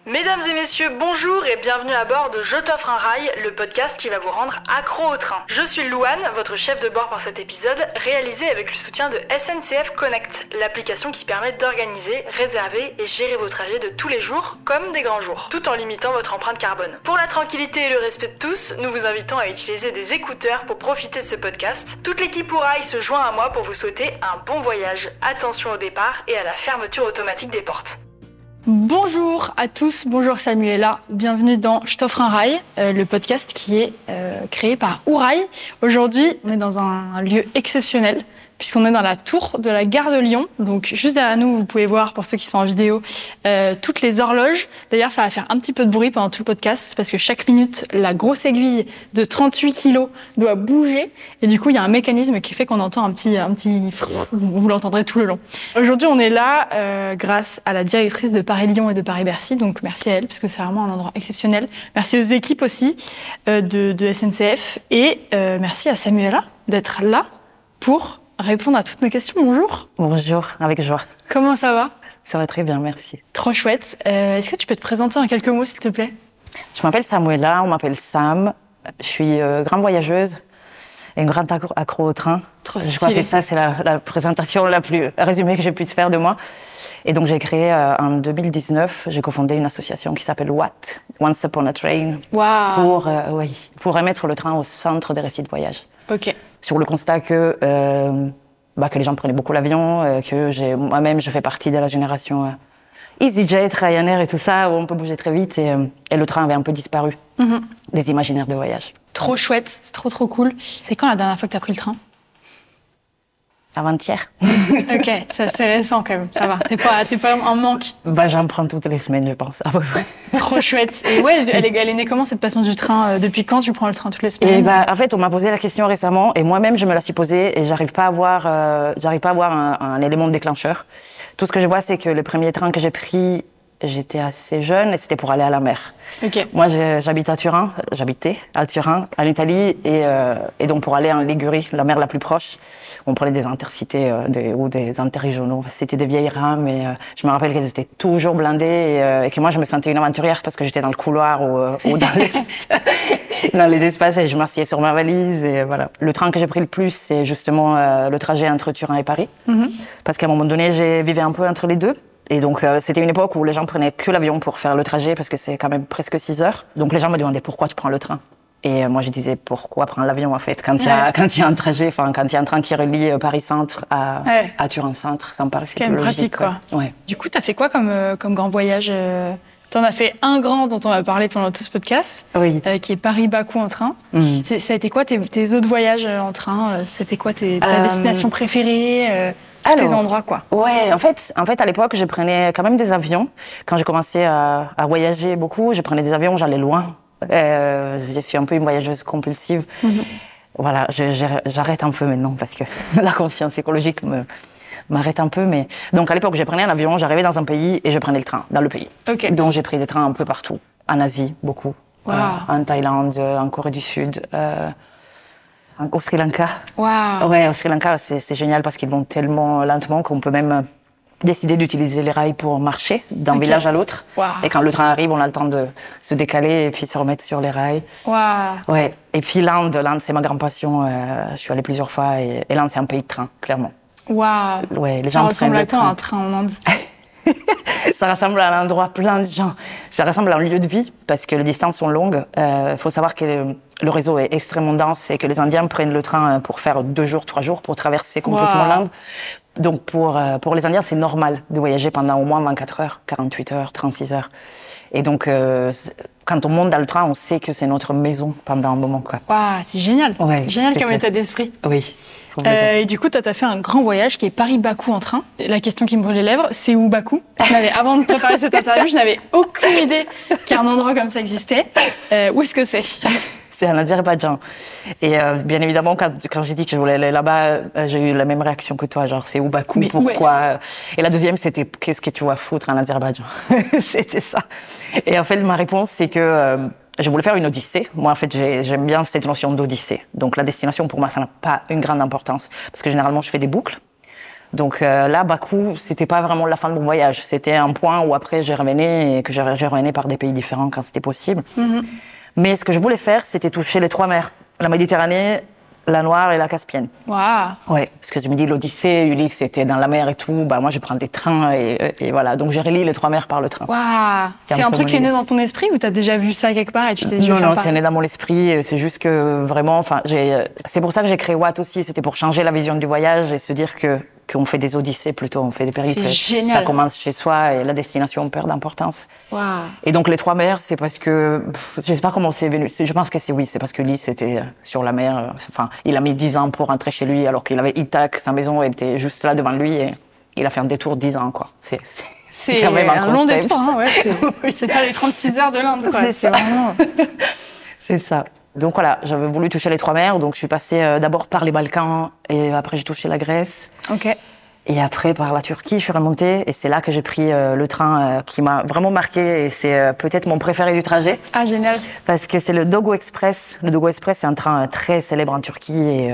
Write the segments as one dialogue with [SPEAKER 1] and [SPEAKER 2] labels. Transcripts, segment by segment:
[SPEAKER 1] Mesdames et messieurs, bonjour et bienvenue à bord de Je t'offre un rail, le podcast qui va vous rendre accro au train. Je suis Louane, votre chef de bord pour cet épisode, réalisé avec le soutien de SNCF Connect, l'application qui permet d'organiser, réserver et gérer vos trajets de tous les jours comme des grands jours, tout en limitant votre empreinte carbone. Pour la tranquillité et le respect de tous, nous vous invitons à utiliser des écouteurs pour profiter de ce podcast. Toute l'équipe pour rail se joint à moi pour vous souhaiter un bon voyage. Attention au départ et à la fermeture automatique des portes.
[SPEAKER 2] Bonjour à tous, bonjour Samuela, bienvenue dans Je t'offre un rail, le podcast qui est créé par Ourail. Aujourd'hui, on est dans un lieu exceptionnel puisqu'on est dans la tour de la gare de Lyon. Donc juste derrière nous, vous pouvez voir, pour ceux qui sont en vidéo, toutes les horloges. D'ailleurs, ça va faire un petit peu de bruit pendant tout le podcast parce que chaque minute, la grosse aiguille de 38 kilos doit bouger. Et du coup, il y a un mécanisme qui fait qu'on entend un petit vous l'entendrez tout le long. Aujourd'hui, on est là grâce à la directrice de Paris-Lyon et de Paris-Bercy. Donc merci à elle parce que c'est vraiment un endroit exceptionnel. Merci aux équipes aussi de SNCF. Et merci à Samuela d'être là pour répondre à toutes nos questions. Bonjour.
[SPEAKER 3] Bonjour, avec joie.
[SPEAKER 2] Comment ça va ?
[SPEAKER 3] Ça va très bien, merci.
[SPEAKER 2] Trop chouette. Est-ce que tu peux te présenter en quelques mots, s'il te plaît ?
[SPEAKER 3] Je m'appelle Samuela, on m'appelle Sam. Je suis grande voyageuse et une grande accro au train.
[SPEAKER 2] Trop stylé.
[SPEAKER 3] Je crois que ça, c'est la présentation la plus résumée que je puisse faire de moi. Et donc, j'ai créé en 2019, j'ai cofondé une association qui s'appelle Watt, Once Upon a Train,
[SPEAKER 2] Waouh.
[SPEAKER 3] pour remettre le train au centre des récits de voyage.
[SPEAKER 2] Ok.
[SPEAKER 3] Sur le constat que les gens prenaient beaucoup l'avion, que moi-même, je fais partie de la génération EasyJet, Ryanair et tout ça, où on peut bouger très vite, et le train avait un peu disparu des imaginaires de voyage.
[SPEAKER 2] Trop chouette, c'est trop cool. C'est quand la dernière fois que tu as pris le train ?
[SPEAKER 3] Avant-hier.
[SPEAKER 2] Ok, c'est assez récent quand même, ça va. T'es pas en manque.
[SPEAKER 3] J'en prends toutes les semaines, je pense, à peu près.
[SPEAKER 2] Trop chouette. Et ouais, elle est née comment cette passion du train ? Depuis quand tu prends le train toutes les semaines ?
[SPEAKER 3] Et en fait, on m'a posé la question récemment, et moi-même, je me la suis posée, et j'arrive pas à avoir un élément de déclencheur. Tout ce que je vois, c'est que le premier train que j'ai pris, j'étais assez jeune, et c'était pour aller à la mer.
[SPEAKER 2] Ok.
[SPEAKER 3] Moi, j'habitais à Turin, en Italie, et donc pour aller en Ligurie, la mer la plus proche, on prenait des intercités ou des interrégionaux. C'était des vieilles rames, et je me rappelle qu'elles étaient toujours blindées, et que moi, je me sentais une aventurière parce que j'étais dans le couloir ou dans les espaces, et je m'asseyais sur ma valise, et voilà. Le train que j'ai pris le plus, c'est justement le trajet entre Turin et Paris, parce qu'à un moment donné, j'ai vécu un peu entre les deux. Et donc, c'était une époque où les gens prenaient que l'avion pour faire le trajet, parce que c'est quand même presque 6 heures. Donc, les gens me demandaient pourquoi tu prends le train. Et moi, je disais pourquoi prendre l'avion, en fait, quand il y a un trajet, quand il y a un train qui relie Paris-Centre à Turin-Centre, ça me paraissait plus logique.
[SPEAKER 2] C'est quand même pratique, quoi.
[SPEAKER 3] Ouais.
[SPEAKER 2] Du coup, t'as fait quoi comme grand voyage ? T'en as fait un grand dont on va parler pendant tout ce podcast,
[SPEAKER 3] Oui.
[SPEAKER 2] Qui est Paris-Bakou en train. Ça a été quoi tes autres voyages en train ? C'était quoi ta destination préférée tes endroits, quoi.
[SPEAKER 3] Ouais, en fait, à l'époque, je prenais quand même des avions. Quand j'ai commencé à voyager beaucoup, je prenais des avions, j'allais loin. Je suis un peu une voyageuse compulsive. Voilà, j'arrête un peu maintenant parce que la conscience écologique m'arrête un peu. Mais donc, à l'époque, je prenais un avion, j'arrivais dans un pays et je prenais le train dans le pays.
[SPEAKER 2] Ok.
[SPEAKER 3] Donc, j'ai pris des trains un peu partout. En Asie, beaucoup.
[SPEAKER 2] Wow.
[SPEAKER 3] En Thaïlande, en Corée du Sud. Au Sri Lanka.
[SPEAKER 2] Waouh.
[SPEAKER 3] Ouais, au Sri Lanka, c'est génial parce qu'ils vont tellement lentement qu'on peut même décider d'utiliser les rails pour marcher d'un village à l'autre.
[SPEAKER 2] Wow.
[SPEAKER 3] Et quand le train arrive, on a le temps de se décaler et puis se remettre sur les rails.
[SPEAKER 2] Waouh.
[SPEAKER 3] Ouais. Et puis l'Inde, c'est ma grande passion. Je suis allée plusieurs fois et l'Inde, c'est un pays de train, clairement.
[SPEAKER 2] Waouh.
[SPEAKER 3] Ouais, les
[SPEAKER 2] Ça
[SPEAKER 3] gens
[SPEAKER 2] ressemble
[SPEAKER 3] prennent
[SPEAKER 2] à
[SPEAKER 3] le
[SPEAKER 2] quoi
[SPEAKER 3] train.
[SPEAKER 2] un train en Inde ?
[SPEAKER 3] Ça ressemble à un endroit plein de gens. Ça ressemble à un lieu de vie parce que les distances sont longues. Faut savoir que le réseau est extrêmement dense et que les Indiens prennent le train pour faire 2 jours, 3 jours pour traverser complètement l'Inde. Donc pour les Indiens, c'est normal de voyager pendant au moins 24 heures, 48 heures, 36 heures. Et donc quand on monte dans le train, on sait que c'est notre maison pendant un moment, quoi.
[SPEAKER 2] Waouh, c'est génial.
[SPEAKER 3] Ouais,
[SPEAKER 2] Génial
[SPEAKER 3] c'est
[SPEAKER 2] comme
[SPEAKER 3] clair.
[SPEAKER 2] état d'esprit.
[SPEAKER 3] Oui.
[SPEAKER 2] Et du coup, toi, t'as fait un grand voyage qui est Paris-Bakou en train. La question qui me brûle les lèvres, c'est où Bakou ? Avant de préparer cette interview, je n'avais aucune idée qu'un endroit comme ça existait. Où est-ce que c'est ?
[SPEAKER 3] C'est en Azerbaïdjan. Et bien évidemment, quand j'ai dit que je voulais aller là-bas, j'ai eu la même réaction que toi, genre c'est où Bakou, pourquoi ? Et la deuxième, c'était qu'est-ce que tu vas foutre en Azerbaïdjan ? C'était ça. Et en fait, ma réponse, c'est que je voulais faire une odyssée. Moi, en fait, j'aime bien cette notion d'odyssée. Donc la destination, pour moi, ça n'a pas une grande importance. Parce que généralement, je fais des boucles. Donc là, Bakou, c'était pas vraiment la fin de mon voyage. C'était un point où après, je revenais et que je revenais par des pays différents quand c'était possible. Mais ce que je voulais faire, c'était toucher les 3 mers. La Méditerranée, la Noire et la Caspienne.
[SPEAKER 2] Waouh.
[SPEAKER 3] Ouais, parce que je me dis, l'Odyssée, Ulysse, c'était dans la mer et tout. Bah, moi, je prends des trains et voilà. Donc, j'ai relié les 3 mers par le train.
[SPEAKER 2] Waouh. C'est un truc qui est né dans ton esprit ou t'as déjà vu ça quelque part et tu t'es dit,
[SPEAKER 3] Non, c'est né dans mon esprit. C'est juste que vraiment, enfin, c'est pour ça que j'ai créé Watt aussi. C'était pour changer la vision du voyage et se dire qu'on fait des odyssées plutôt, on fait des périples.
[SPEAKER 2] C'est génial.
[SPEAKER 3] Ça commence chez soi et la destination perd d'importance.
[SPEAKER 2] Waouh.
[SPEAKER 3] Et donc les 3 mers, c'est parce que je sais pas comment c'est venu. Je pense que c'est parce que Ulysse était sur la mer. Enfin, il a mis 10 ans pour rentrer chez lui alors qu'il avait Ithaque, sa maison était juste là devant lui et il a fait un détour de 10 ans quoi.
[SPEAKER 2] C'est
[SPEAKER 3] quand même
[SPEAKER 2] un long
[SPEAKER 3] concept.
[SPEAKER 2] détour, hein, ouais. C'est pas les 36 heures de l'Inde, quoi.
[SPEAKER 3] C'est ça.
[SPEAKER 2] Vraiment...
[SPEAKER 3] C'est ça. Donc voilà, j'avais voulu toucher les 3 mers, donc je suis passée d'abord par les Balkans et après j'ai touché la Grèce.
[SPEAKER 2] Ok.
[SPEAKER 3] Et après par la Turquie, je suis remontée et c'est là que j'ai pris le train qui m'a vraiment marqué et c'est peut-être mon préféré du trajet.
[SPEAKER 2] Ah génial.
[SPEAKER 3] Parce que c'est le Dogo Express. Le Dogo Express, c'est un train très célèbre en Turquie et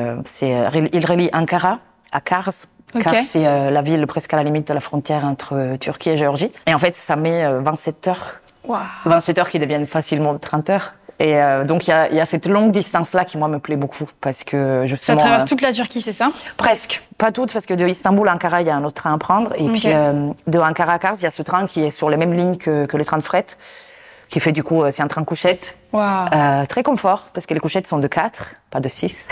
[SPEAKER 3] il relie Ankara à Kars.
[SPEAKER 2] Okay.
[SPEAKER 3] Kars, c'est la ville presque à la limite de la frontière entre Turquie et Géorgie. Et en fait, ça met 27 heures.
[SPEAKER 2] Wow.
[SPEAKER 3] 27 heures qui deviennent facilement 30 heures. Et donc, il y a cette longue distance-là qui, moi, me plaît beaucoup. Parce que, justement...
[SPEAKER 2] Ça traverse toute la Turquie, c'est ça?
[SPEAKER 3] Presque. Pas toute, parce que de Istanbul à Ankara, il y a un autre train à prendre. Et puis, de Ankara à Kars, il y a ce train qui est sur les mêmes lignes que les trains de fret. Qui fait, du coup, c'est un train couchette.
[SPEAKER 2] Wow.
[SPEAKER 3] Très confort, parce que les couchettes sont de 4, pas de 6.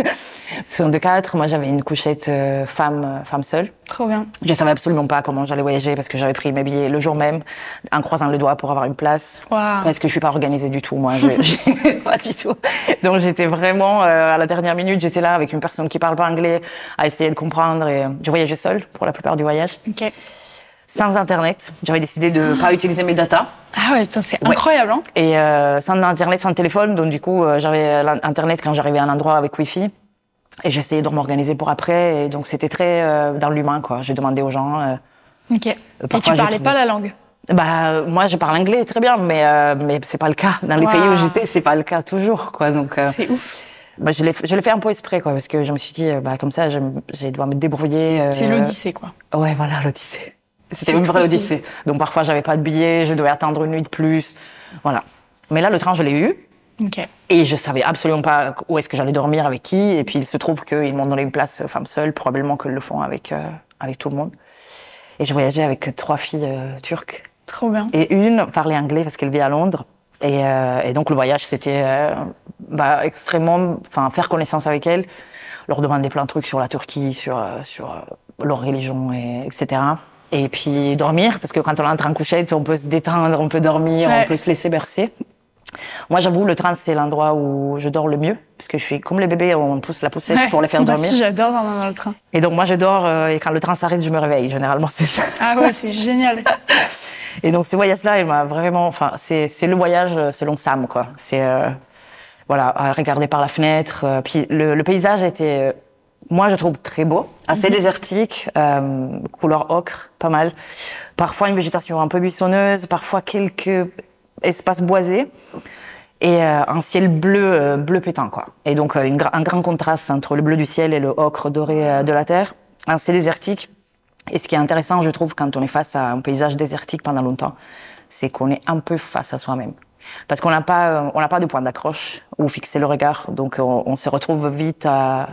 [SPEAKER 3] sont de 4. Moi, j'avais une couchette femme seule.
[SPEAKER 2] Trop bien.
[SPEAKER 3] Je savais absolument pas comment j'allais voyager parce que j'avais pris mes billets le jour même, en croisant le doigt pour avoir une place.
[SPEAKER 2] Wow.
[SPEAKER 3] Parce que je suis pas organisée du tout, moi. Pas du tout. Donc, j'étais vraiment, à la dernière minute, j'étais là avec une personne qui parle pas anglais, à essayer de comprendre et je voyageais seule pour la plupart du voyage.
[SPEAKER 2] Ok.
[SPEAKER 3] Sans Internet. J'avais décidé de pas utiliser mes datas.
[SPEAKER 2] Ah ouais, putain, c'est incroyable, hein.
[SPEAKER 3] Et sans Internet, sans téléphone. Donc, du coup, j'avais Internet quand j'arrivais à un endroit avec Wi-Fi. Et j'essayais de m'organiser pour après. Et donc, c'était très dans l'humain, quoi. J'ai demandé aux gens.
[SPEAKER 2] Ok. Et tu parlais pas la langue?
[SPEAKER 3] Bah, moi, je parle anglais très bien, mais c'est pas le cas. Dans les pays où j'étais, c'est pas le cas toujours, quoi. Donc,
[SPEAKER 2] c'est ouf.
[SPEAKER 3] Bah, je l'ai fait un peu exprès, quoi. Parce que je me suis dit, bah, comme ça, je dois me débrouiller.
[SPEAKER 2] C'est l'Odyssée, quoi.
[SPEAKER 3] Ouais, voilà, l'Odyssée. C'était une vraie Odyssée. Cool. Donc parfois, j'avais pas de billet, je devais attendre une nuit de plus. Voilà. Mais là, le train, je l'ai eu.
[SPEAKER 2] Okay.
[SPEAKER 3] Et je savais absolument pas où est-ce que j'allais dormir, avec qui. Et puis, il se trouve qu'ils m'ont donné une place femme seule, probablement qu'ils le font avec tout le monde. Et je voyageais avec 3 filles turques.
[SPEAKER 2] Trop bien.
[SPEAKER 3] Et une parlait anglais parce qu'elle vit à Londres. Et donc, le voyage, c'était extrêmement... Enfin, faire connaissance avec elles, leur demander plein de trucs sur la Turquie, sur leur religion, etc. Et puis dormir, parce que quand on entre en couchette, on peut se détendre, on peut dormir, on peut se laisser bercer. Moi, j'avoue, le train, c'est l'endroit où je dors le mieux, parce que je suis comme les bébés, on pousse la poussette pour les faire dormir.
[SPEAKER 2] Moi aussi, j'adore dormir dans le train.
[SPEAKER 3] Et donc, moi, je dors, et quand le train s'arrête, je me réveille. Généralement, c'est ça.
[SPEAKER 2] Ah ouais, c'est génial.
[SPEAKER 3] Et donc, ce voyage-là, il m'a vraiment... Enfin, c'est le voyage selon Sam, quoi. C'est, voilà, à regarder par la fenêtre. Puis le paysage était... moi, je trouve très beau, assez désertique, couleur ocre, pas mal. Parfois une végétation un peu buissonneuse, parfois quelques espaces boisés et un ciel bleu pétant, quoi. Et donc un grand contraste entre le bleu du ciel et le ocre doré de la terre. C'est désertique. Et ce qui est intéressant, je trouve, quand on est face à un paysage désertique pendant longtemps, c'est qu'on est un peu face à soi-même. Parce qu'on n'a pas de point d'accroche où fixer le regard. Donc on se retrouve vite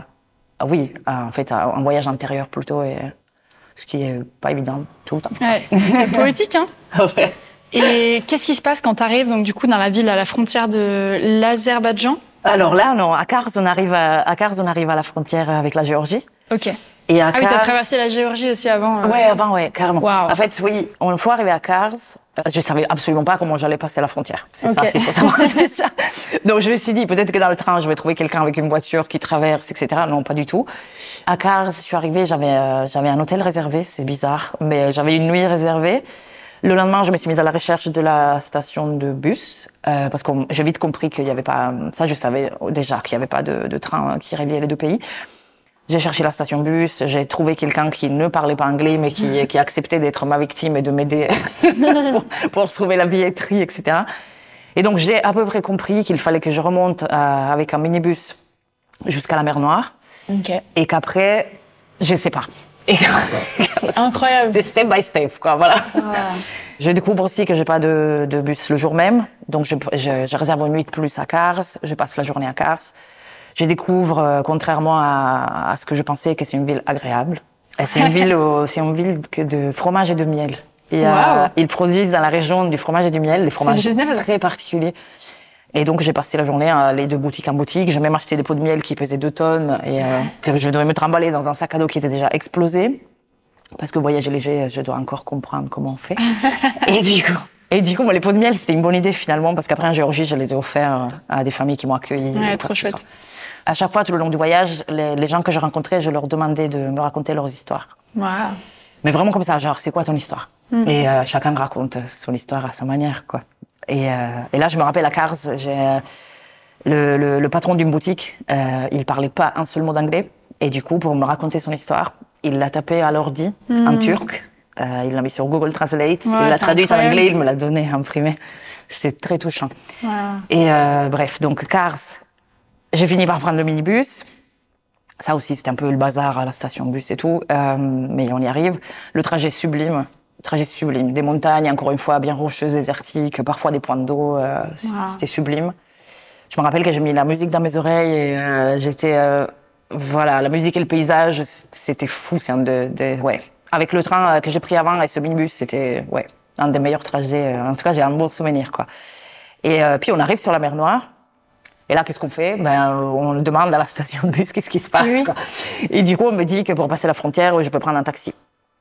[SPEAKER 3] en fait, un voyage intérieur plutôt, ce qui est pas évident tout le temps.
[SPEAKER 2] Ouais, c'est poétique, hein.
[SPEAKER 3] Ouais.
[SPEAKER 2] Et qu'est-ce qui se passe quand tu arrives, donc, du coup, dans la ville à la frontière de l'Azerbaïdjan?
[SPEAKER 3] Alors là, non, à Kars, on arrive à la frontière avec la Géorgie.
[SPEAKER 2] Ok.
[SPEAKER 3] Et à
[SPEAKER 2] Kars... oui, t'as traversé la Géorgie aussi avant.
[SPEAKER 3] Ouais, avant, ouais, carrément.
[SPEAKER 2] Wow.
[SPEAKER 3] En fait, oui, une fois arrivé à Kars, je savais absolument pas comment j'allais passer la frontière. C'est ça qu'il faut savoir. Donc je me suis dit, peut-être que dans le train, je vais trouver quelqu'un avec une voiture qui traverse, etc. Non, pas du tout. À Kars, je suis arrivée, j'avais un hôtel réservé, c'est bizarre, mais j'avais une nuit réservée. Le lendemain, je me suis mise à la recherche de la station de bus, parce que j'ai vite compris qu'il y avait pas, ça je savais déjà qu'il y avait pas de train qui reliait les deux pays. J'ai cherché la station bus, j'ai trouvé quelqu'un qui ne parlait pas anglais, mais qui acceptait d'être ma victime et de m'aider pour trouver la billetterie, etc. Et donc, j'ai à peu près compris qu'il fallait que je remonte avec un minibus jusqu'à la mer Noire.
[SPEAKER 2] Okay.
[SPEAKER 3] Et qu'après, je sais pas. Et
[SPEAKER 2] C'est incroyable.
[SPEAKER 3] c'est step by step, quoi, voilà. Je découvre aussi que j'ai pas de bus le jour même, donc je réserve une nuit de plus à Kars, je passe la journée à Kars. Je découvre, contrairement à ce que je pensais, que c'est une ville agréable. Et c'est une ville de fromage et de miel. Et ils produisent dans la région du fromage et du miel, des fromages très particuliers. Et donc j'ai passé la journée à aller de boutique en boutique. J'ai même acheté des pots de miel qui pesaient 2 tonnes et que je devais me trimballer dans un sac à dos qui était déjà explosé. Parce que voyager léger, je dois encore comprendre comment on fait. Et du coup, moi, les pots de miel, c'était une bonne idée finalement, parce qu'après en Géorgie, je les ai offerts à des familles qui m'ont accueilli.
[SPEAKER 2] Ouais, trop chouette.
[SPEAKER 3] À chaque fois, tout le long du voyage, les gens que je rencontrais, je leur demandais de me raconter leurs histoires.
[SPEAKER 2] Wow.
[SPEAKER 3] Mais vraiment comme ça, genre, c'est quoi ton histoire? Et chacun me raconte son histoire à sa manière, quoi. Et là, je me rappelle à Kars, j'ai le patron d'une boutique, il parlait pas un seul mot d'anglais. Et du coup, pour me raconter son histoire, il l'a tapé à l'ordi en turc. Il l'a mis sur Google Translate. Il l'a traduit en anglais, il me l'a donné imprimé. C'était très touchant.
[SPEAKER 2] Wow.
[SPEAKER 3] Et bref, donc Kars, j'ai fini par prendre le minibus. Ça aussi, c'était un peu le bazar à la station de bus et tout. Mais on y arrive. Le trajet est sublime. Trajet sublime. Des montagnes, encore une fois, bien rocheuses, désertiques, parfois des points d'eau. C'était sublime. Je me rappelle que j'ai mis la musique dans mes oreilles et j'étais... voilà, la musique et le paysage, c'était fou. C'est ouais. Avec le train que j'ai pris avant et ce minibus, c'était ouais, un des meilleurs trajets. En tout cas, j'ai un bon souvenir, quoi. Et puis, on arrive sur la mer Noire. Et là, qu'est-ce qu'on fait? On demande à la station de bus qu'est-ce qui se passe, quoi. Et du coup, on me dit que pour passer la frontière, je peux prendre un taxi.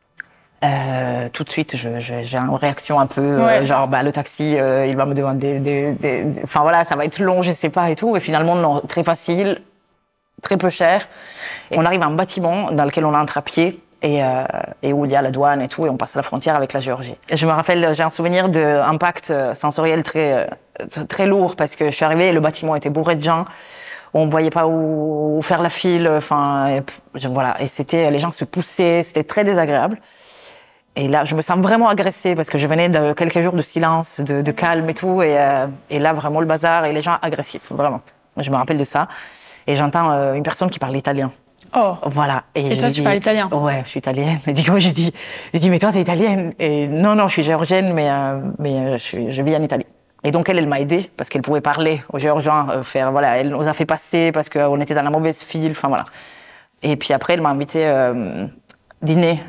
[SPEAKER 3] Tout de suite, j'ai une réaction un peu, genre, le taxi, il va me demander enfin voilà, ça va être long, je sais pas et tout. Et finalement, non, très facile, très peu cher. Et on arrive à un bâtiment dans lequel on entre à pied et où il y a la douane et tout, et on passe la frontière avec la Géorgie. Et je me rappelle, j'ai un souvenir d'impact sensoriel très lourd parce que je suis arrivée et le bâtiment était bourré de gens. On voyait pas où faire la file, enfin, voilà. Et les gens se poussaient, c'était très désagréable. Et là, je me sens vraiment agressée parce que je venais de quelques jours de silence, de calme et tout, et là, vraiment le bazar et les gens agressifs, vraiment. Je me rappelle de ça. Et j'entends une personne qui parle italien.
[SPEAKER 2] Oh.
[SPEAKER 3] Voilà.
[SPEAKER 2] Et toi, tu parles italien?
[SPEAKER 3] Ouais, je suis italienne. Et du coup, j'ai dit, mais toi, t'es italienne? Et non, je suis géorgienne, mais je vis en Italie. Et donc, elle m'a aidée parce qu'elle pouvait parler aux Géorgiens, voilà, elle nous a fait passer parce qu'on était dans la mauvaise file, enfin voilà. Et puis après, elle m'a invité dîner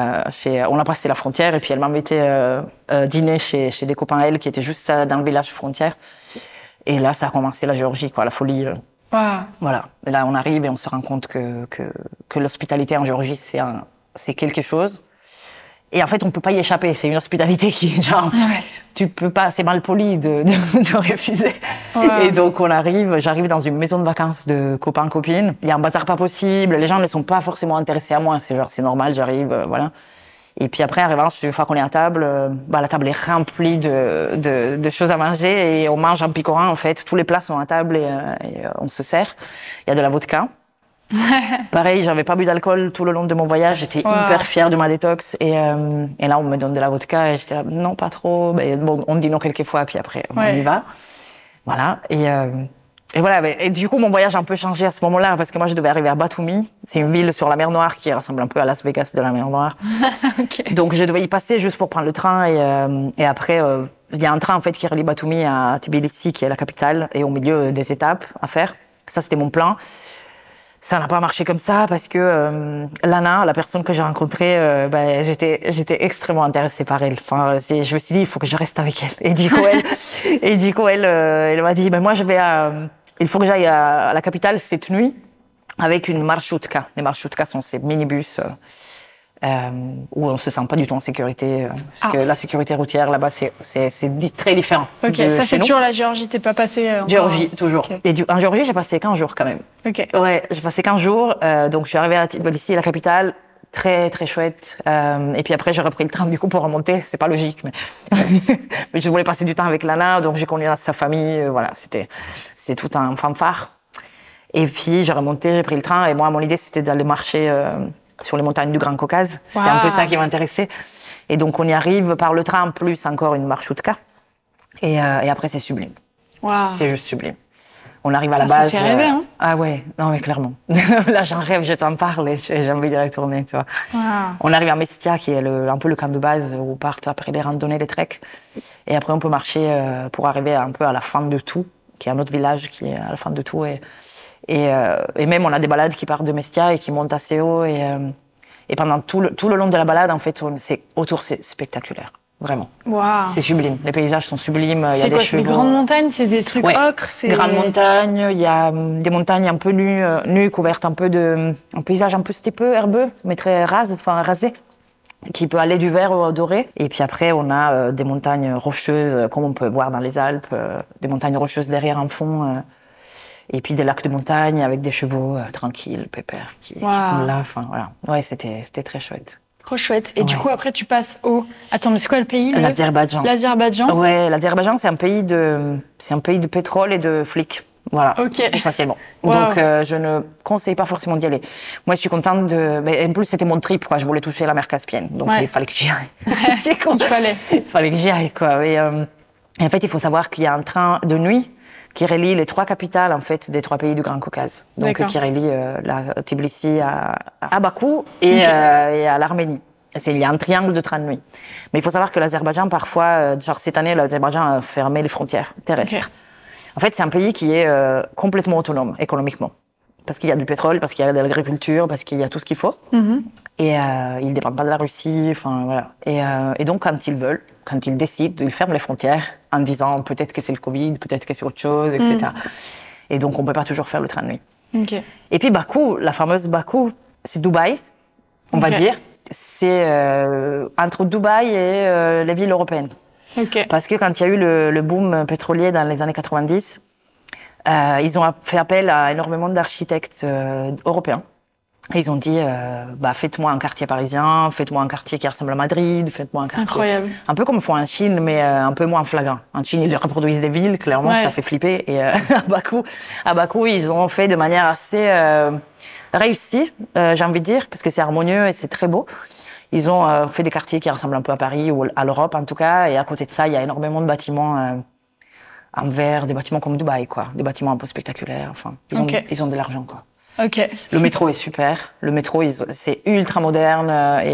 [SPEAKER 3] on a passé la frontière et puis elle m'a invité dîner chez des copains à elle qui étaient juste dans le village frontière. Et là, ça a commencé la Géorgie, quoi, la folie.
[SPEAKER 2] Wow.
[SPEAKER 3] Voilà. Et là, on arrive et on se rend compte que l'hospitalité en Géorgie, c'est quelque chose. Et en fait, on peut pas y échapper. C'est une hospitalité qui, genre, tu peux pas, c'est mal poli de refuser. Ouais. Et donc, j'arrive dans une maison de vacances de copains, copines. Il y a un bazar pas possible. Les gens ne sont pas forcément intéressés à moi. C'est normal, j'arrive, voilà. Et puis après, arrivant, une fois qu'on est à table, la table est remplie de choses à manger et on mange en picorant, en fait. Tous les plats sont à table et on se sert. Il y a de la vodka. Pareil, j'avais pas bu d'alcool tout le long de mon voyage. J'étais hyper fière de ma détox. Et là, on me donne de la vodka et j'étais là, non, pas trop. Mais bon, on me dit non quelques fois, puis après, on y va. Voilà. Et voilà. Et du coup, mon voyage a un peu changé à ce moment-là parce que moi, je devais arriver à Batumi. C'est une ville sur la mer Noire qui ressemble un peu à Las Vegas de la mer Noire. Okay. Donc, je devais y passer juste pour prendre le train. Et après, il y a un train, en fait, qui relie Batumi à Tbilissi, qui est la capitale, et au milieu des étapes à faire. Ça, c'était mon plan. Ça n'a pas marché comme ça parce que Lana, la personne que j'ai rencontrée, j'étais extrêmement intéressée par elle. Enfin, je me suis dit, il faut que je reste avec elle. Et du coup, elle m'a dit, moi, il faut que j'aille à la capitale cette nuit avec une marsrutka. Les marshrutka sont ces minibus où on se sent pas du tout en sécurité parce que la sécurité routière là-bas c'est très différent.
[SPEAKER 2] Ok, ça c'est toujours la Géorgie, t'es pas passé
[SPEAKER 3] Géorgie, toujours. Okay. Et en Géorgie, j'ai passé 15 jours quand même.
[SPEAKER 2] Ok.
[SPEAKER 3] Ouais, j'ai passé 15 jours, donc je suis arrivée à Tbilissi, la capitale, très très chouette. Et puis après, j'ai repris le train du coup pour remonter. C'est pas logique, mais je voulais passer du temps avec Lana, donc j'ai connu sa famille. Voilà, c'est tout un fanfare. Et puis j'ai remonté, j'ai pris le train et moi mon idée c'était d'aller marcher sur les montagnes du Grand Caucase. C'était un peu ça qui m'intéressait. Et donc, on y arrive par le train, plus encore une marsrutka. Et après, c'est sublime.
[SPEAKER 2] Wow.
[SPEAKER 3] C'est juste sublime. On arrive à la base.
[SPEAKER 2] Ça fait rêver, hein.
[SPEAKER 3] Ah ouais, non mais clairement. Là, j'en rêve, je t'en parle et j'ai envie d'y retourner, tu vois.
[SPEAKER 2] Wow.
[SPEAKER 3] On arrive à Mestia, qui est un peu le camp de base où partent après les randonnées, les treks. Et après, on peut marcher pour arriver un peu à la fin de tout, qui est un autre village qui est à la fin de tout. Et même, on a des balades qui partent de Mestia et qui montent assez haut. Et pendant tout le long de la balade, en fait, c'est spectaculaire. Vraiment.
[SPEAKER 2] Wow.
[SPEAKER 3] C'est sublime. Les paysages sont sublimes.
[SPEAKER 2] C'est quoi? C'est des grandes montagnes? C'est des trucs ocres?
[SPEAKER 3] Grandes montagnes. Il y a des montagnes un peu nues, couvertes un paysage un peu stépeux, herbeux, mais très rasé, qui peut aller du vert au doré. Et puis après, on a des montagnes rocheuses, comme on peut voir dans les Alpes, des montagnes rocheuses derrière en fond. Et puis des lacs de montagne avec des chevaux tranquilles, pépères, qui sont là. Enfin, voilà. Ouais, c'était très chouette.
[SPEAKER 2] Trop chouette. Et du coup, après, tu passes au... Attends, mais c'est quoi le pays?
[SPEAKER 3] L'Azerbaïdjan.
[SPEAKER 2] L'Azerbaïdjan?
[SPEAKER 3] Ouais, l'Azerbaïdjan, c'est un pays de pétrole et de flics. Voilà.
[SPEAKER 2] Ok.
[SPEAKER 3] Essentiellement.
[SPEAKER 2] Wow.
[SPEAKER 3] Donc, je ne conseille pas forcément d'y aller. Moi, je suis contente mais en plus, c'était mon trip, quoi. Je voulais toucher la mer Caspienne. Donc, il fallait que j'y aille. Il fallait que j'y aille, quoi. Et en fait, il faut savoir qu'il y a un train de nuit qui relie les 3 capitales, en fait, des 3 pays du Grand Caucase. Donc, qui relie la Tbilissi à Bakou et à l'Arménie. Il y a un triangle de train de nuit. Mais il faut savoir que l'Azerbaïdjan, parfois, genre cette année, l'Azerbaïdjan a fermé les frontières terrestres. Okay. En fait, c'est un pays qui est complètement autonome économiquement. Parce qu'il y a du pétrole, parce qu'il y a de l'agriculture, parce qu'il y a tout ce qu'il faut. Mm-hmm. Et ils ne dépendent pas de la Russie, enfin voilà. Et donc, quand ils veulent, quand ils décident, ils ferment les frontières en disant peut-être que c'est le Covid, peut-être que c'est autre chose, etc. Et donc, on ne peut pas toujours faire le train de nuit.
[SPEAKER 2] Okay.
[SPEAKER 3] Et puis Bakou, la fameuse Bakou, c'est Dubaï, on va dire. C'est entre Dubaï et les villes européennes.
[SPEAKER 2] Okay.
[SPEAKER 3] Parce que quand il y a eu le boom pétrolier dans les années 90, ils ont fait appel à énormément d'architectes européens. Et ils ont dit, faites-moi un quartier parisien, faites-moi un quartier qui ressemble à Madrid, faites-moi un quartier...
[SPEAKER 2] Incroyable.
[SPEAKER 3] Un peu comme font en Chine, mais un peu moins flagrant. En Chine, ils reproduisent des villes, clairement, ça fait flipper. Et à Bakou, ils ont fait de manière assez réussie, j'ai envie de dire, parce que c'est harmonieux et c'est très beau. Ils ont fait des quartiers qui ressemblent un peu à Paris, ou à l'Europe en tout cas, et à côté de ça, il y a énormément de bâtiments en verre, des bâtiments comme Dubaï, quoi. Des bâtiments un peu spectaculaires, enfin. Ils ont de l'argent, quoi.
[SPEAKER 2] Ok.
[SPEAKER 3] Le métro est super. Le métro, c'est ultra moderne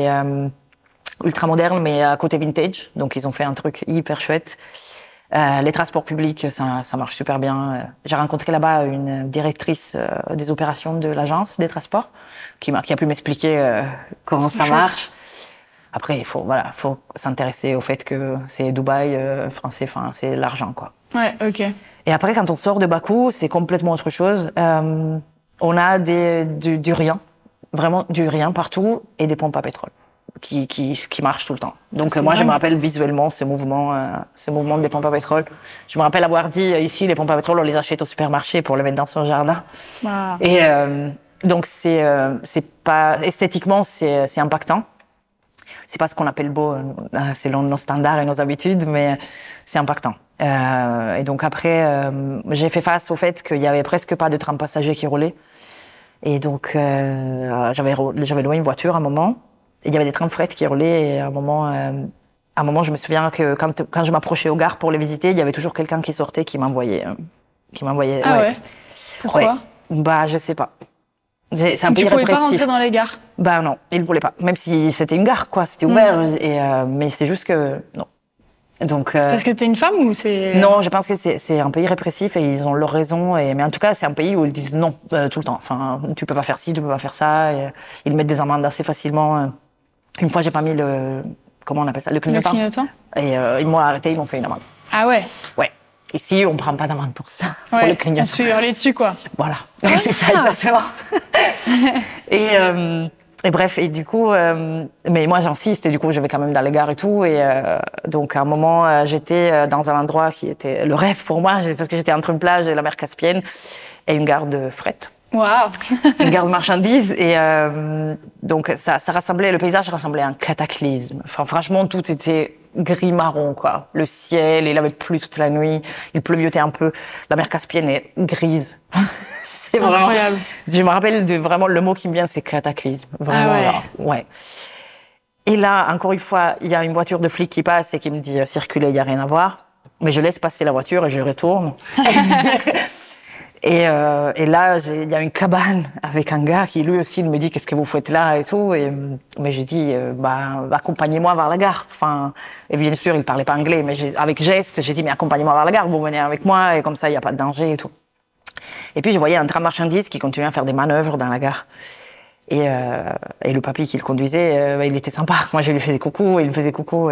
[SPEAKER 3] mais à côté vintage. Donc, ils ont fait un truc hyper chouette. Les transports publics, ça marche super bien. J'ai rencontré là-bas une directrice des opérations de l'agence des transports qui a pu m'expliquer comment ça marche. Après, il faut s'intéresser au fait que c'est Dubaï, c'est l'argent, quoi.
[SPEAKER 2] Ouais, ok.
[SPEAKER 3] Et après, quand on sort de Bakou, c'est complètement autre chose. On a du rien, vraiment du rien partout, et des pompes à pétrole qui marchent tout le temps. Donc moi, je me rappelle visuellement ce mouvement des pompes à pétrole. Je me rappelle avoir dit ici, les pompes à pétrole, on les achète au supermarché pour les mettre dans son jardin.
[SPEAKER 2] Ah.
[SPEAKER 3] Et donc c'est pas esthétiquement, c'est impactant. C'est pas ce qu'on appelle beau selon nos standards et nos habitudes, mais c'est impactant. Et donc après, j'ai fait face au fait qu'il y avait presque pas de tram passager qui roulait. Et donc j'avais loué une voiture à un moment. Et il y avait des trams fret qui roulaient. Et à un moment, je me souviens que quand je m'approchais aux gares pour les visiter, il y avait toujours quelqu'un qui sortait qui m'envoyait.
[SPEAKER 2] Ah ouais. Pourquoi?
[SPEAKER 3] Je sais pas. C'est un peu irrépressif.
[SPEAKER 2] Tu pouvais pas rentrer dans les gares?
[SPEAKER 3] Non, ils voulaient pas. Même si c'était une gare, quoi, c'était ouvert. Mais c'est juste que non. Donc.
[SPEAKER 2] C'est parce que t'es une femme ou c'est?
[SPEAKER 3] Non, je pense que c'est un pays répressif et ils ont leur raison. Mais en tout cas, c'est un pays où ils disent non tout le temps. Enfin, tu peux pas faire ci, tu peux pas faire ça. Et ils mettent des amendes assez facilement. Une fois, j'ai pas mis comment on appelle ça, le clignotant. Et ils m'ont arrêté, ils m'ont fait une amende.
[SPEAKER 2] Ah ouais.
[SPEAKER 3] Ouais. Ici, on prend pas d'amende pour ça, pour le clignotant.
[SPEAKER 2] On se fait hurler dessus, quoi.
[SPEAKER 3] Voilà. C'est ça, exactement. Et bref, et du coup, mais moi j'insiste, et du coup je vais quand même dans les gares et tout, et donc à un moment j'étais dans un endroit qui était le rêve pour moi, parce que j'étais entre une plage et la mer Caspienne, et une gare de fret.
[SPEAKER 2] Waouh.
[SPEAKER 3] Une gare de marchandises, et donc ça rassemblait, le paysage rassemblait un cataclysme. Enfin franchement, tout était gris-marron, quoi. Le ciel, il avait plu toute la nuit, il pleuviotait un peu, la mer Caspienne est grise. C'est vraiment
[SPEAKER 2] incroyable.
[SPEAKER 3] Je me rappelle vraiment le mot qui me vient, c'est cataclysme. Vraiment, ouais. Et là, encore une fois, il y a une voiture de flic qui passe et qui me dit circulez, il y a rien à voir. Mais je laisse passer la voiture et je retourne. Et là, il y a une cabane avec un gars qui lui aussi me dit qu'est-ce que vous faites là et tout. Mais j'ai dit accompagnez-moi vers la gare. Enfin, et bien sûr, il parlait pas anglais, mais avec geste, j'ai dit mais accompagnez-moi vers la gare, vous venez avec moi et comme ça il y a pas de danger et tout. Et puis je voyais un train marchandises qui continuait à faire des manœuvres dans la gare. Et le papy qui le conduisait, il était sympa. Moi, je lui faisais coucou, il me faisait coucou.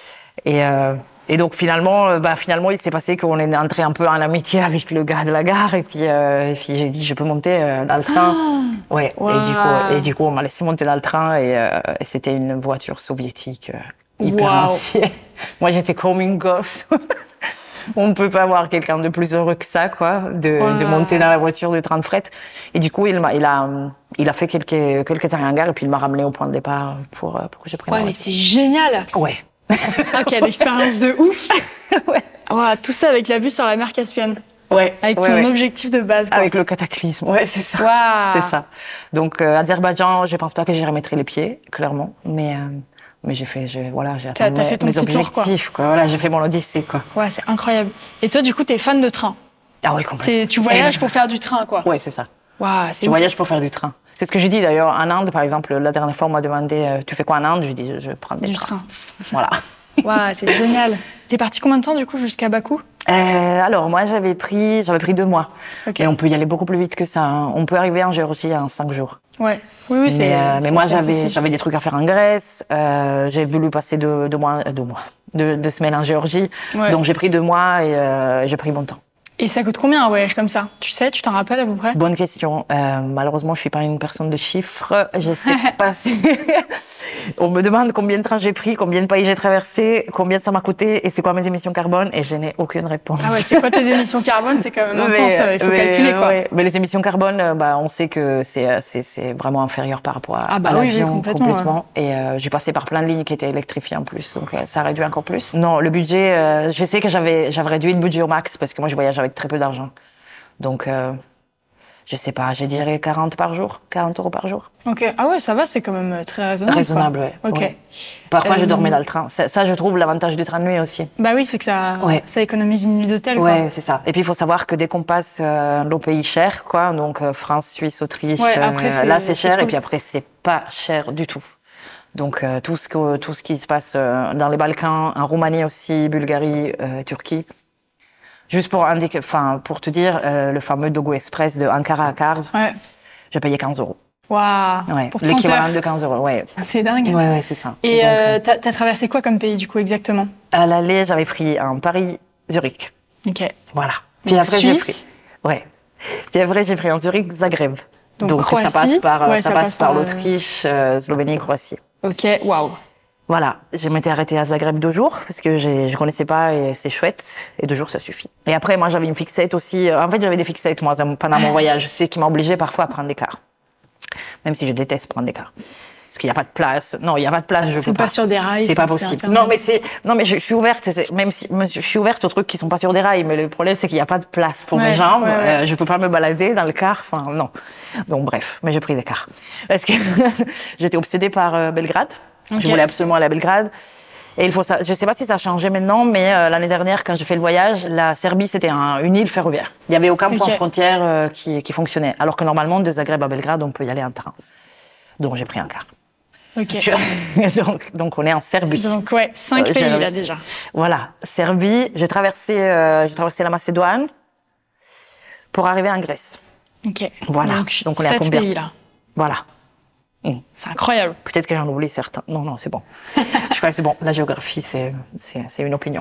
[SPEAKER 3] Et donc finalement, il s'est passé qu'on est entré un peu en amitié avec le gars de la gare. Et puis j'ai dit, je peux monter dans le train. Ouais. Wow. Et du coup, on m'a laissé monter dans le train et c'était une voiture soviétique hyper ancienne. Moi, j'étais comme une gosse. On ne peut pas avoir quelqu'un de plus heureux que ça, quoi, de monter dans la voiture de train de fret. Et du coup, il a fait quelques arrêts en gare et puis il m'a ramené au point de départ pour que je prenne la voiture.
[SPEAKER 2] Mais c'est génial!
[SPEAKER 3] Ouais.
[SPEAKER 2] Quelle expérience de ouf!
[SPEAKER 3] Ouais.
[SPEAKER 2] Wow, tout ça avec la vue sur la mer Caspienne.
[SPEAKER 3] Ouais.
[SPEAKER 2] Avec ton objectif de base, quoi.
[SPEAKER 3] Avec le cataclysme. Ouais, c'est ça.
[SPEAKER 2] Wow.
[SPEAKER 3] C'est ça. Donc, Azerbaïdjan, je pense pas que j'y remettrai les pieds, clairement. Mais j'ai atteint mes objectifs, quoi. Voilà, j'ai fait mon odyssée, quoi.
[SPEAKER 2] Ouais, c'est incroyable. Et toi, du coup, t'es fan de train?
[SPEAKER 3] Ah oui, complètement.
[SPEAKER 2] Tu voyages pour faire du train, quoi.
[SPEAKER 3] Ouais, c'est ça.
[SPEAKER 2] Wow,
[SPEAKER 3] je voyage pour faire du train. C'est ce que j'ai dit d'ailleurs. En Inde, par exemple, la dernière fois, on m'a demandé tu fais quoi en Inde? Je dis je prends du train. Voilà.
[SPEAKER 2] Waouh, c'est génial. T'es parti combien de temps, du coup, jusqu'à Bakou?
[SPEAKER 3] Alors, moi, j'avais pris 2 mois.
[SPEAKER 2] Okay.
[SPEAKER 3] Et on peut y aller beaucoup plus vite que ça. Hein. On peut arriver en Géorgie en 5 jours.
[SPEAKER 2] Ouais. Oui, c'est.
[SPEAKER 3] Mais moi, j'avais des trucs à faire en Grèce. J'ai voulu passer 2 semaines en Géorgie. Ouais. Donc, j'ai pris 2 mois et j'ai pris mon temps.
[SPEAKER 2] Et ça coûte combien un voyage comme ça? Tu sais, tu t'en rappelles à peu près?
[SPEAKER 3] Bonne question. Malheureusement, je suis pas une personne de chiffres. Je sais pas si... On me demande combien de trains j'ai pris, combien de pays j'ai traversé, combien ça m'a coûté et c'est quoi mes émissions carbone et je n'ai aucune réponse.
[SPEAKER 2] Ah ouais, c'est quoi tes émissions carbone? C'est quand même intense, il faut calculer quoi.
[SPEAKER 3] Ouais. Mais les émissions carbone, on sait que c'est vraiment inférieur par rapport à l'avion, complètement. Ouais. Et j'ai passé par plein de lignes qui étaient électrifiées en plus, donc ça réduit encore plus. Non, le budget, je sais que j'avais réduit le budget au max parce que moi je voyage avec très peu d'argent. Donc, je sais pas, je dirais 40 € par jour.
[SPEAKER 2] Ok. Ah ouais, ça va, c'est quand même très raisonnable.
[SPEAKER 3] Raisonnable, ouais.
[SPEAKER 2] Ok.
[SPEAKER 3] Ouais. Parfois, je dormais dans le train. Ça, je trouve l'avantage du train de nuit aussi.
[SPEAKER 2] Bah oui, c'est que ça économise une nuit d'hôtel, quoi.
[SPEAKER 3] Ouais, c'est ça. Et puis, il faut savoir que dès qu'on passe nos pays chers, quoi, donc France, Suisse, Autriche, là, c'est cher. Cool. Et puis après, c'est pas cher du tout. Donc, tout ce qui se passe dans les Balkans, en Roumanie aussi, Bulgarie, Turquie. Juste pour te dire, le fameux Dogo Express de Ankara à Kars, j'ai payé 15 €.
[SPEAKER 2] Waouh!
[SPEAKER 3] Ouais,
[SPEAKER 2] pour 30
[SPEAKER 3] l'équivalent
[SPEAKER 2] heures.
[SPEAKER 3] De 15 €, ouais.
[SPEAKER 2] C'est dingue.
[SPEAKER 3] Ouais, c'est ça.
[SPEAKER 2] Et t'as traversé quoi comme pays, du coup, exactement?
[SPEAKER 3] À l'aller, j'avais pris un Paris-Zurich.
[SPEAKER 2] Ok.
[SPEAKER 3] Voilà. Puis après, Puis après, j'ai pris un Zurich-Zagreb. Donc
[SPEAKER 2] Croatie,
[SPEAKER 3] ça passe par l'Autriche, Slovénie, Croatie.
[SPEAKER 2] Ok, waouh.
[SPEAKER 3] Voilà, je m'étais arrêtée à Zagreb 2 jours parce que je connaissais pas et c'est chouette. Et 2 jours, ça suffit. Et après, moi, j'avais une fixette aussi. En fait, j'avais des fixettes, moi, pendant mon voyage. C'est ce qui m'a obligée parfois à prendre des cars. Même si je déteste prendre des cars. Parce qu'il n'y a pas de place. Non, il n'y a pas de place, je peux pas.
[SPEAKER 2] C'est pas sur des rails.
[SPEAKER 3] C'est pas possible. Non, mais je suis ouverte. Même si, je suis ouverte aux trucs qui sont pas sur des rails. Mais le problème, c'est qu'il n'y a pas de place pour mes jambes. Je peux pas me balader dans le car. Enfin, non. Donc, bref. Mais j'ai pris des cars. Parce que j'étais obsédée par Belgrade. Okay. Je voulais absolument aller à Belgrade. Et je sais pas si ça a changé maintenant, mais l'année dernière, quand j'ai fait le voyage, la Serbie, c'était une île ferroviaire. Il y avait aucun point de frontière qui fonctionnait. Alors que normalement, de Zagreb à Belgrade, on peut y aller en train. Donc, j'ai pris un car.
[SPEAKER 2] Ok.
[SPEAKER 3] Donc, on est en Serbie.
[SPEAKER 2] Donc, 5 pays, là, déjà.
[SPEAKER 3] Voilà. Serbie. J'ai traversé la Macédoine pour arriver en Grèce.
[SPEAKER 2] Ok.
[SPEAKER 3] Voilà. Donc on est à combien?
[SPEAKER 2] 7 pays, là.
[SPEAKER 3] Voilà.
[SPEAKER 2] C'est incroyable.
[SPEAKER 3] Peut-être que j'en oublie certains. Non, c'est bon. Je crois que c'est bon. La géographie, c'est une opinion.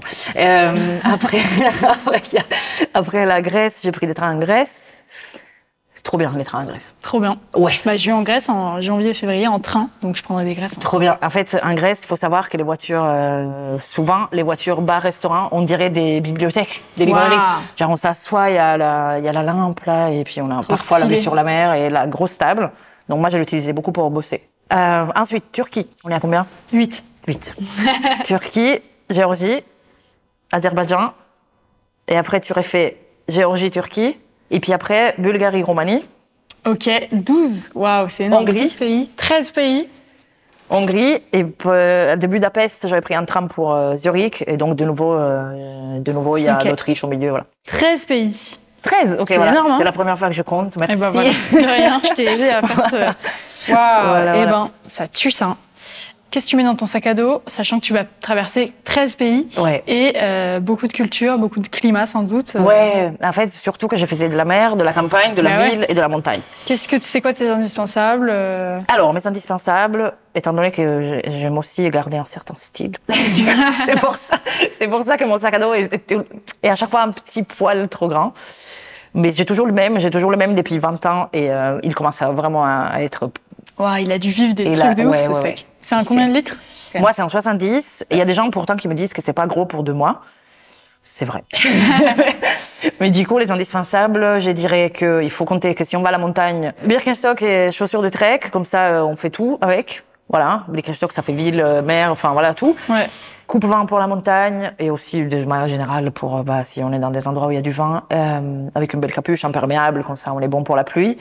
[SPEAKER 3] Après la Grèce, j'ai pris des trains en Grèce. C'est trop bien, les trains en Grèce.
[SPEAKER 2] Trop bien.
[SPEAKER 3] Ouais.
[SPEAKER 2] Je vais en Grèce en janvier et février en train, donc je prendrai des Grèces.
[SPEAKER 3] Trop bien. En fait, en Grèce, il faut savoir que les voitures, souvent, les voitures bar-restaurant, on dirait des bibliothèques, des librairies. Genre, on s'assoit, il y a la lampe, là, et puis on a parfois la vue sur la mer et la grosse table. Donc moi, je l'utilisais beaucoup pour bosser. Ensuite, Turquie. On est à combien?
[SPEAKER 2] 8.
[SPEAKER 3] Turquie, Géorgie, Azerbaïdjan. Et après, tu aurais fait Géorgie, Turquie. Et puis après, Bulgarie, Roumanie.
[SPEAKER 2] Ok, 12. Waouh, c'est énorme.
[SPEAKER 3] Hongrie.
[SPEAKER 2] 12 pays. 13 pays.
[SPEAKER 3] Hongrie. Et de Budapest, j'avais pris un tram pour Zurich. Et donc, de nouveau, il y a l'Autriche au milieu. Voilà.
[SPEAKER 2] 13 pays.
[SPEAKER 3] 13, ok,
[SPEAKER 2] C'est
[SPEAKER 3] voilà.
[SPEAKER 2] énorme, hein.
[SPEAKER 3] C'est la première fois que je compte, merci.
[SPEAKER 2] Et ben voilà, de rien, je t'ai aidé à faire ce... Waouh,
[SPEAKER 3] Voilà,
[SPEAKER 2] et
[SPEAKER 3] voilà.
[SPEAKER 2] ben, ça tue ça. Hein. Qu'est-ce que tu mets dans ton sac à dos, sachant que tu vas traverser 13 pays
[SPEAKER 3] Ouais.
[SPEAKER 2] et beaucoup de cultures, beaucoup de climats sans doute.
[SPEAKER 3] Ouais, en fait, surtout que je faisais de la mer, de la campagne, de la
[SPEAKER 2] Bah ouais.
[SPEAKER 3] ville et de la montagne.
[SPEAKER 2] Qu'est-ce que tu sais quoi tes indispensables
[SPEAKER 3] Alors, mes indispensables, étant donné que j'aime aussi garder un certain style, c'est pour ça que mon sac à dos est à chaque fois un petit poil trop grand. Mais j'ai toujours le même depuis 20 ans et il commence vraiment à être...
[SPEAKER 2] Ouah, il a dû vivre des
[SPEAKER 3] Et
[SPEAKER 2] trucs
[SPEAKER 3] là,
[SPEAKER 2] de ouf,
[SPEAKER 3] ouais,
[SPEAKER 2] ce
[SPEAKER 3] ouais,
[SPEAKER 2] sac.
[SPEAKER 3] ouais.
[SPEAKER 2] C'est un combien de litres?
[SPEAKER 3] Moi, c'est un 70 et il y a des gens pourtant qui me disent que c'est pas gros pour 2 mois. C'est vrai. Mais du coup, les indispensables, je dirais qu'il faut compter que si on va à la montagne, Birkenstock et chaussures de trek, comme ça, on fait tout avec. Voilà, Birkenstock, ça fait ville, mer, enfin voilà, tout.
[SPEAKER 2] Ouais.
[SPEAKER 3] Coupe-vent pour la montagne et aussi de manière générale pour si on est dans des endroits où il y a du vent, avec une belle capuche imperméable, comme ça on est bon pour la pluie.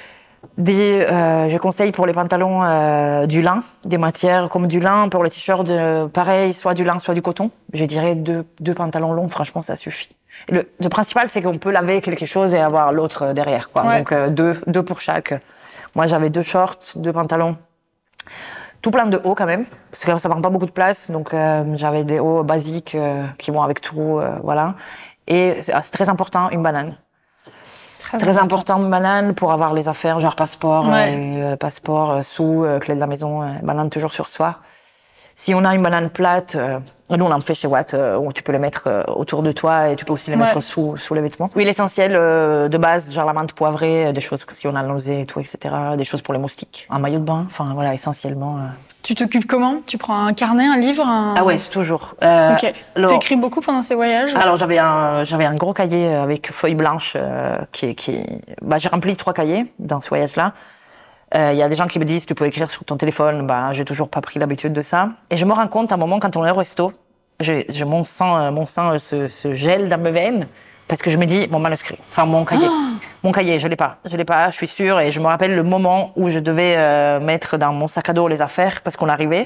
[SPEAKER 3] Je conseille pour les pantalons du lin, des matières comme du lin, pour les t-shirts pareil, soit du lin, soit du coton. Je dirais deux pantalons longs, franchement ça suffit. Et le principal c'est qu'on peut laver quelque chose et avoir l'autre derrière, quoi.
[SPEAKER 2] Ouais.
[SPEAKER 3] Donc deux pour chaque. Moi j'avais 2 shorts, 2 pantalons. Tout plein de hauts quand même, parce que ça prend pas beaucoup de place, donc j'avais des hauts basiques qui vont avec tout, voilà. Et c'est très important, une banane. Très important, une banane pour avoir les affaires, genre passeport,
[SPEAKER 2] Ouais.
[SPEAKER 3] passeport, sous, clé de la maison, banane toujours sur soi. Si on a une banane plate, nous on en fait chez Watt, où tu peux les mettre autour de toi et tu peux aussi les mettre sous les vêtements. Oui, l'essentiel de base, genre la menthe poivrée, des choses si on a la nausée et tout, etc. Des choses pour les moustiques. Un maillot de bain, enfin voilà, essentiellement.
[SPEAKER 2] Tu t'occupes comment? Tu prends un carnet, un livre
[SPEAKER 3] Ah ouais, c'est toujours.
[SPEAKER 2] Ok.
[SPEAKER 3] Alors,
[SPEAKER 2] T'écris beaucoup pendant ces voyages?
[SPEAKER 3] alors j'avais un gros cahier avec feuilles blanches j'ai rempli 3 cahiers dans ce voyage-là. Il y a des gens qui me disent tu peux écrire sur ton téléphone, j'ai toujours pas pris l'habitude de ça. Et je me rends compte à un moment quand on est au resto, mon sang se gèle dans mes veines parce que je me dis mon manuscrit, enfin mon cahier, je l'ai pas, je suis sûre et je me rappelle le moment où je devais mettre dans mon sac à dos les affaires parce qu'on arrivait.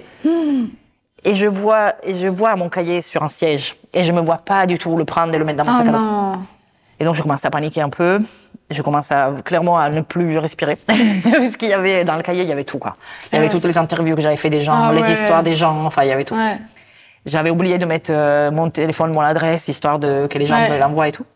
[SPEAKER 3] Et je vois mon cahier sur un siège et je me vois pas du tout le prendre et le mettre dans mon sac à dos.
[SPEAKER 2] Non.
[SPEAKER 3] Et donc je commence à paniquer un peu. Je commence clairement à ne plus respirer. Parce qu'il y avait, dans le cahier, il y avait tout, quoi. Il y avait toutes les interviews que j'avais fait des gens, les histoires des gens, enfin, il y avait tout.
[SPEAKER 2] Ouais.
[SPEAKER 3] J'avais oublié de mettre mon téléphone, mon adresse, histoire que les gens me l'envoient et tout.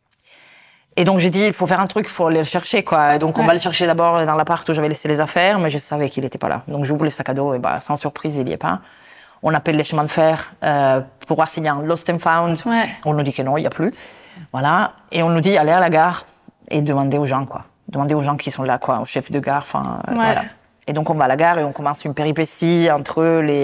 [SPEAKER 3] Et donc j'ai dit, il faut faire un truc, il faut aller le chercher, quoi. Et donc on va le chercher d'abord dans l'appart où j'avais laissé les affaires, mais je savais qu'il était pas là. Donc j'ouvre le sac à dos et sans surprise, il y est pas. On appelle les chemins de fer pour voir s'il y a un lost and found.
[SPEAKER 2] Ouais.
[SPEAKER 3] On nous dit que non, il y a plus. Voilà. Et on nous dit, allez à la gare et demandez aux gens, quoi. Demandez aux gens qui sont là, quoi, au chef de gare, enfin, voilà. Et donc on va à la gare et on commence une péripétie entre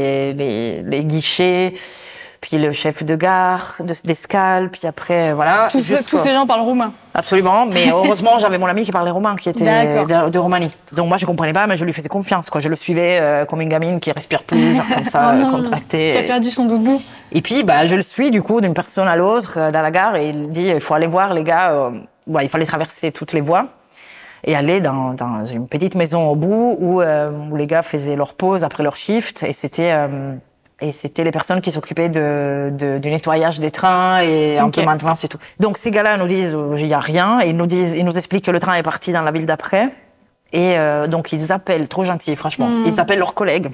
[SPEAKER 3] les guichets, puis le chef de gare, d'escale, puis après, voilà.
[SPEAKER 2] Tous ces gens parlent roumain.
[SPEAKER 3] Absolument, mais heureusement, j'avais mon ami qui parlait roumain, qui était de Roumanie. Donc moi, je comprenais pas, mais je lui faisais confiance, quoi. Je le suivais comme une gamine qui respire plus, genre comme ça, contractée.
[SPEAKER 2] Qui a perdu son doudou.
[SPEAKER 3] Et puis, je le suis, du coup, d'une personne à l'autre, dans la gare, et il dit, il faut aller voir les gars, il fallait traverser toutes les voies, et aller dans une petite maison au bout, où les gars faisaient leur pause après leur shift, et c'était les personnes qui s'occupaient du nettoyage des trains et un peu maintenance et tout. Donc ces gars-là nous disent il y a rien et ils nous expliquent que le train est parti dans la ville d'après et donc ils appellent, trop gentils franchement, ils appellent leurs collègues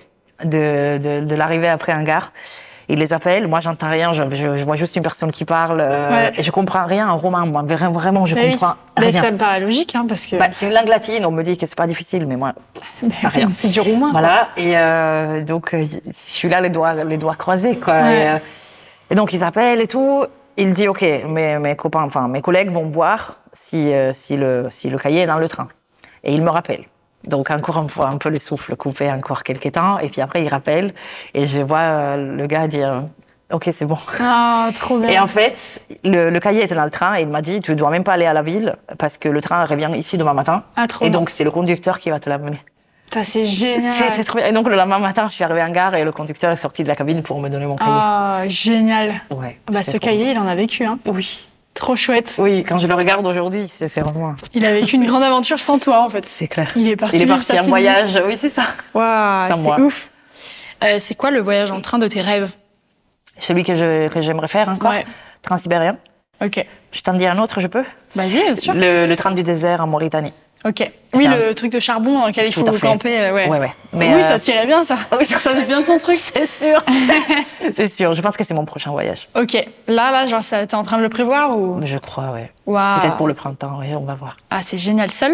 [SPEAKER 3] de l'arrivée après un gare. Ils les appellent, moi j'entends rien, je vois juste une personne qui parle et je comprends rien en roumain, moi vraiment je comprends rien.
[SPEAKER 2] Ça me paraît logique parce que
[SPEAKER 3] c'est une langue latine, on me dit que c'est pas difficile mais moi rien.
[SPEAKER 2] C'est du roumain.
[SPEAKER 3] Voilà et donc je suis là les doigts croisés quoi.
[SPEAKER 2] Ouais.
[SPEAKER 3] Et donc ils appellent et tout, il dit OK, mes copains, enfin mes collègues vont voir si le cahier est dans le train. Et il me rappelle. Donc encore une fois, un peu le souffle coupé encore quelques temps. Et puis après, il rappelle. Et je vois le gars dire « Ok, c'est bon. »
[SPEAKER 2] Ah, trop bien.
[SPEAKER 3] Et en fait, le cahier était dans le train. Et il m'a dit « Tu ne dois même pas aller à la ville parce que le train revient ici demain matin. »
[SPEAKER 2] Ah, trop
[SPEAKER 3] Et
[SPEAKER 2] bien.
[SPEAKER 3] donc, c'est le conducteur qui va te l'amener.
[SPEAKER 2] C'est génial.
[SPEAKER 3] C'était trop bien. Et donc, le lendemain matin, je suis arrivée en gare et le conducteur est sorti de la cabine pour me donner mon cahier.
[SPEAKER 2] Ah, génial.
[SPEAKER 3] Ouais.
[SPEAKER 2] Ce cahier, il en a vécu. Hein.
[SPEAKER 3] Oui.
[SPEAKER 2] Trop chouette.
[SPEAKER 3] Oui, quand je le regarde aujourd'hui, c'est vraiment...
[SPEAKER 2] Il a vécu une grande aventure sans toi, en fait.
[SPEAKER 3] C'est clair.
[SPEAKER 2] Il est parti
[SPEAKER 3] en voyage, oui, c'est ça.
[SPEAKER 2] Waouh,
[SPEAKER 3] Sans moi.
[SPEAKER 2] c'est ouf. C'est quoi le voyage en train de tes rêves?
[SPEAKER 3] Celui que j'aimerais faire encore,
[SPEAKER 2] Ouais.
[SPEAKER 3] transsibérien.
[SPEAKER 2] Ok.
[SPEAKER 3] Je t'en dis un autre, je peux?
[SPEAKER 2] Vas-y, bien sûr.
[SPEAKER 3] Le train du désert en Mauritanie.
[SPEAKER 2] Ok. Oui, le truc de charbon dans lequel il faut camper. Ouais.
[SPEAKER 3] Mais
[SPEAKER 2] oui, ça tirait bien, ça.
[SPEAKER 3] Oui,
[SPEAKER 2] ça c'est bien ton truc.
[SPEAKER 3] C'est sûr. C'est sûr. Je pense que c'est mon prochain voyage.
[SPEAKER 2] Ok. Là, genre, t'es en train de le prévoir ou?
[SPEAKER 3] Je crois, ouais.
[SPEAKER 2] Waouh.
[SPEAKER 3] Peut-être pour le printemps, oui, on va voir.
[SPEAKER 2] Ah, c'est génial. Seul?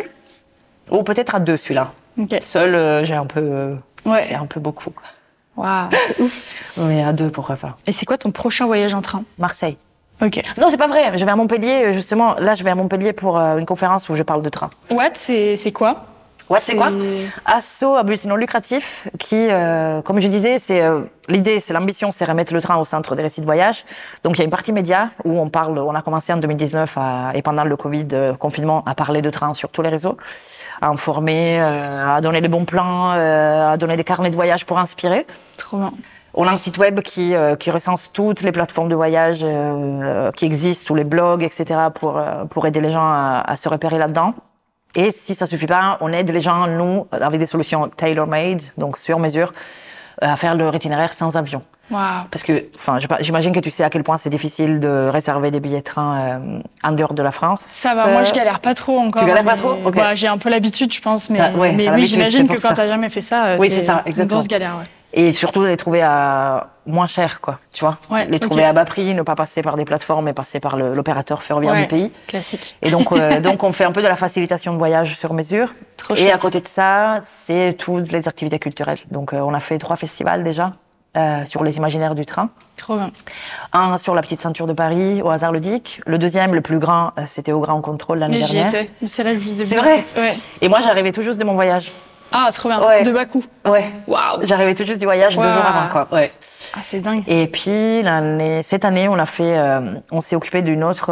[SPEAKER 3] Ou peut-être à 2, celui-là.
[SPEAKER 2] Ok.
[SPEAKER 3] Seul, j'ai un peu...
[SPEAKER 2] Ouais.
[SPEAKER 3] C'est un peu beaucoup, quoi.
[SPEAKER 2] Waouh, c'est ouf.
[SPEAKER 3] Mais à 2, pourquoi pas.
[SPEAKER 2] Et c'est quoi ton prochain voyage en train?
[SPEAKER 3] Marseille.
[SPEAKER 2] Ok.
[SPEAKER 3] Non, c'est pas vrai. Je vais à Montpellier, justement. Là, je vais à Montpellier pour une conférence où je parle de train.
[SPEAKER 2] What, c'est quoi?
[SPEAKER 3] Ouais, c'est quoi? Asso à but non lucratif qui, comme je disais, l'idée, c'est l'ambition, c'est remettre le train au centre des récits de voyage. Donc il y a une partie média où on a commencé en 2019 et pendant le Covid confinement à parler de train sur tous les réseaux, à informer, à donner les bons plans, à donner des carnets de voyage pour inspirer.
[SPEAKER 2] Trop bien.
[SPEAKER 3] On a un site web qui recense toutes les plateformes de voyage qui existent, tous les blogs, etc. pour aider les gens à se repérer là-dedans. Et si ça suffit pas, on aide les gens, nous, avec des solutions tailor-made, donc sur mesure, à faire leur itinéraire sans avion.
[SPEAKER 2] Wow.
[SPEAKER 3] Parce que, j'imagine que tu sais à quel point c'est difficile de réserver des billets de train en dehors de la France.
[SPEAKER 2] Ça va, moi je galère pas trop encore.
[SPEAKER 3] Tu galères pas trop? Okay.
[SPEAKER 2] Bah, j'ai un peu l'habitude, je pense, mais oui, j'imagine que quand t'as jamais fait ça,
[SPEAKER 3] oui, c'est ça, exactement.
[SPEAKER 2] Une grosse galère, ouais.
[SPEAKER 3] Et surtout de les trouver à moins cher, quoi. Tu vois, les trouver à bas prix, ne pas passer par des plateformes, mais passer par l'opérateur ferroviaire du pays.
[SPEAKER 2] Classique.
[SPEAKER 3] Et donc on fait un peu de la facilitation de voyage sur mesure.
[SPEAKER 2] Trop
[SPEAKER 3] et
[SPEAKER 2] chouette.
[SPEAKER 3] À côté de ça, c'est toutes les activités culturelles. Donc on a fait 3 festivals déjà sur les imaginaires du train.
[SPEAKER 2] Trop bien.
[SPEAKER 3] Un sur la petite ceinture de Paris, au Hasard-le-Dic. Le deuxième, le plus grand, c'était au Grand Contrôle l'année dernière.
[SPEAKER 2] J'y étais. C'est là que je visais.
[SPEAKER 3] C'est vrai.
[SPEAKER 2] Ouais.
[SPEAKER 3] Et moi, j'arrivais tout juste de mon voyage.
[SPEAKER 2] Ah, trop bien.
[SPEAKER 3] Ouais.
[SPEAKER 2] De Bakou.
[SPEAKER 3] Ouais.
[SPEAKER 2] Waouh.
[SPEAKER 3] J'arrivais tout juste du voyage 2 jours avant, quoi. Ouais.
[SPEAKER 2] Ah, c'est dingue.
[SPEAKER 3] Et puis, cette année, on s'est occupé d'une autre,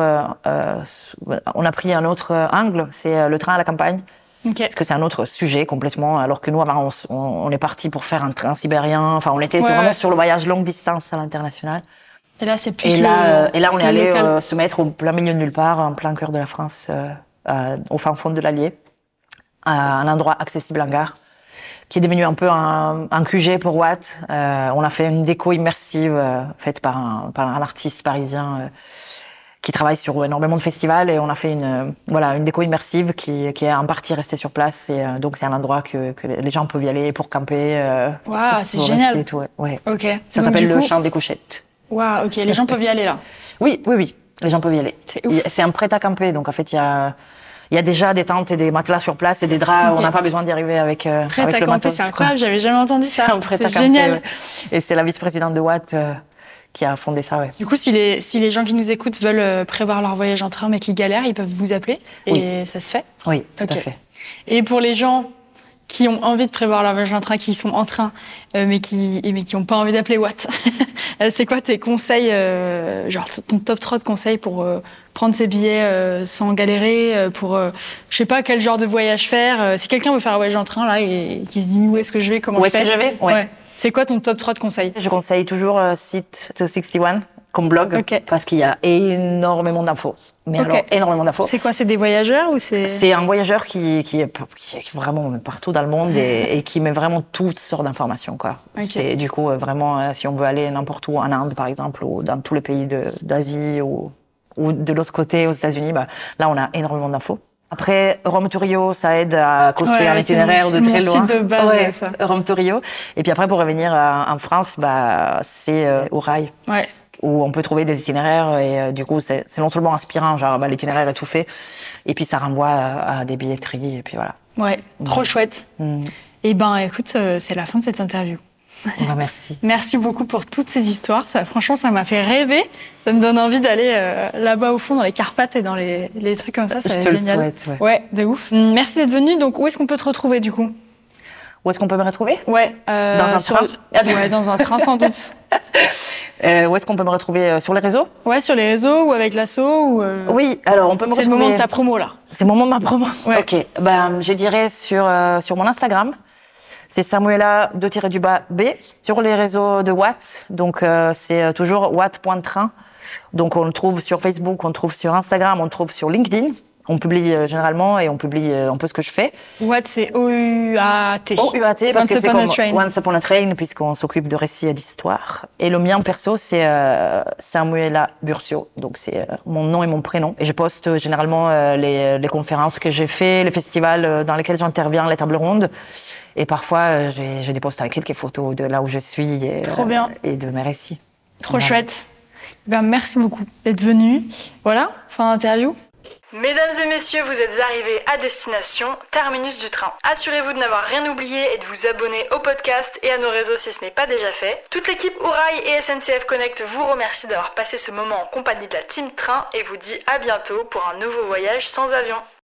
[SPEAKER 3] on a pris un autre angle, c'est le train à la campagne.
[SPEAKER 2] Okay.
[SPEAKER 3] Parce que c'est un autre sujet complètement, alors que nous, avant, on est parti pour faire un train sibérien. Enfin, on était vraiment sur le voyage longue distance à l'international.
[SPEAKER 2] Et là, c'est plus
[SPEAKER 3] et là, on est allé
[SPEAKER 2] local.
[SPEAKER 3] se mettre au plein milieu de nulle part, en plein cœur de la France, au fin fond de l'Allier, à un endroit accessible en gare, qui est devenu un peu un QG pour Watt. On a fait une déco immersive faite par un artiste parisien qui travaille sur énormément de festivals, et on a fait une déco immersive qui est en partie restée sur place, et donc c'est un endroit que les gens peuvent y aller pour camper.
[SPEAKER 2] Waouh, c'est génial.
[SPEAKER 3] Et tout, ouais.
[SPEAKER 2] Ok.
[SPEAKER 3] Ça s'appelle le Champ des Couchettes.
[SPEAKER 2] Waouh, ok. Les gens peuvent y aller là.
[SPEAKER 3] Oui, les gens peuvent y aller.
[SPEAKER 2] C'est ouf.
[SPEAKER 3] C'est un prêt à camper, donc en fait il y a déjà des tentes et des matelas sur place et des draps. Okay. On n'a pas besoin d'y arriver avec
[SPEAKER 2] prêt
[SPEAKER 3] avec
[SPEAKER 2] à
[SPEAKER 3] le
[SPEAKER 2] camper,
[SPEAKER 3] matos.
[SPEAKER 2] C'est incroyable. J'avais jamais entendu ça.
[SPEAKER 3] C'est
[SPEAKER 2] génial.
[SPEAKER 3] Ouais. Et c'est la vice-présidente de Watt qui a fondé ça, ouais.
[SPEAKER 2] Du coup, si les gens qui nous écoutent veulent prévoir leur voyage en train mais qui galèrent, ils peuvent vous appeler et ça se fait?
[SPEAKER 3] Oui, tout à fait.
[SPEAKER 2] Et pour les gens qui ont envie de prévoir leur voyage en train, qui sont en train, mais qui n'ont pas envie d'appeler Watt, c'est quoi tes conseils, genre ton top 3 de conseils pour prendre ses billets sans galérer, pour, je sais pas, quel genre de voyage faire. Si quelqu'un veut faire un voyage en train, là, et qui se dit où est-ce que je vais, comment je fais?
[SPEAKER 3] Où est-ce que je vais? Ouais.
[SPEAKER 2] C'est quoi ton top 3 de conseils?
[SPEAKER 3] Je conseille toujours Site 61 comme blog, parce qu'il y a énormément d'infos. Mais alors, énormément d'infos.
[SPEAKER 2] C'est quoi? C'est des voyageurs ou c'est...
[SPEAKER 3] C'est un voyageur qui est vraiment partout dans le monde et qui met vraiment toutes sortes d'informations, quoi. C'est du coup vraiment, si on veut aller n'importe où, en Inde par exemple, ou dans tous les pays d'Asie, ou de l'autre côté, aux États-Unis, là on a énormément d'infos. Après, Rome to Rio, ça aide à construire un itinéraire de très loin.
[SPEAKER 2] C'est de base, ça.
[SPEAKER 3] Rome to Rio. Et puis après, pour revenir en France, c'est Ourail.
[SPEAKER 2] Ouais.
[SPEAKER 3] Où on peut trouver des itinéraires, et du coup, c'est non seulement inspirant, genre, l'itinéraire est tout fait, et puis ça renvoie à des billetteries, et puis voilà.
[SPEAKER 2] Ouais, trop chouette. Et écoute, c'est la fin de cette interview.
[SPEAKER 3] Merci.
[SPEAKER 2] Merci beaucoup pour toutes ces histoires. Franchement, ça m'a fait rêver. Ça me donne envie d'aller là-bas au fond, dans les Carpates et dans les trucs comme ça. Ça va être génial.
[SPEAKER 3] Je te le souhaite,
[SPEAKER 2] ouais, de ouf. Merci d'être venu. Donc, où est-ce qu'on peut te retrouver, du coup?
[SPEAKER 3] Où est-ce qu'on peut me retrouver?
[SPEAKER 2] Ouais.
[SPEAKER 3] Dans un train?
[SPEAKER 2] Ouais, dans un train, sans doute.
[SPEAKER 3] Où est-ce qu'on peut me retrouver? Sur les réseaux?
[SPEAKER 2] Ouais, sur les réseaux ou avec l'asso ou
[SPEAKER 3] Oui, alors on peut me retrouver...
[SPEAKER 2] C'est le moment de ta promo, là.
[SPEAKER 3] C'est le moment de ma promo?
[SPEAKER 2] Ouais.
[SPEAKER 3] Ok. Je dirais sur mon Instagram. C'est Samuela_B. Sur les réseaux de Watt. Donc, c'est toujours watt.train. Donc, on le trouve sur Facebook, on le trouve sur Instagram, on le trouve sur LinkedIn. On publie généralement et on publie un peu ce que je fais.
[SPEAKER 2] What, c'est O-U-A-T.
[SPEAKER 3] O-U-A-T, parce que c'est comme
[SPEAKER 2] Train.
[SPEAKER 3] Once Upon a Train, puisqu'on s'occupe de récits et d'histoires. Et le mien perso, c'est Samuela Burcio. Donc c'est mon nom et mon prénom. Et je poste généralement les conférences que j'ai fait, les festivals dans lesquels j'interviens, les tables rondes. Et parfois, j'ai des posts avec quelques photos de là où je suis
[SPEAKER 2] Trop bien.
[SPEAKER 3] Et de mes récits.
[SPEAKER 2] Trop chouette. Ben, merci beaucoup d'être venu. Voilà, fin d'interview.
[SPEAKER 1] Mesdames et messieurs, vous êtes arrivés à destination, terminus du train. Assurez-vous de n'avoir rien oublié et de vous abonner au podcast et à nos réseaux si ce n'est pas déjà fait. Toute l'équipe Ourail et SNCF Connect vous remercie d'avoir passé ce moment en compagnie de la Team Train et vous dit à bientôt pour un nouveau voyage sans avion.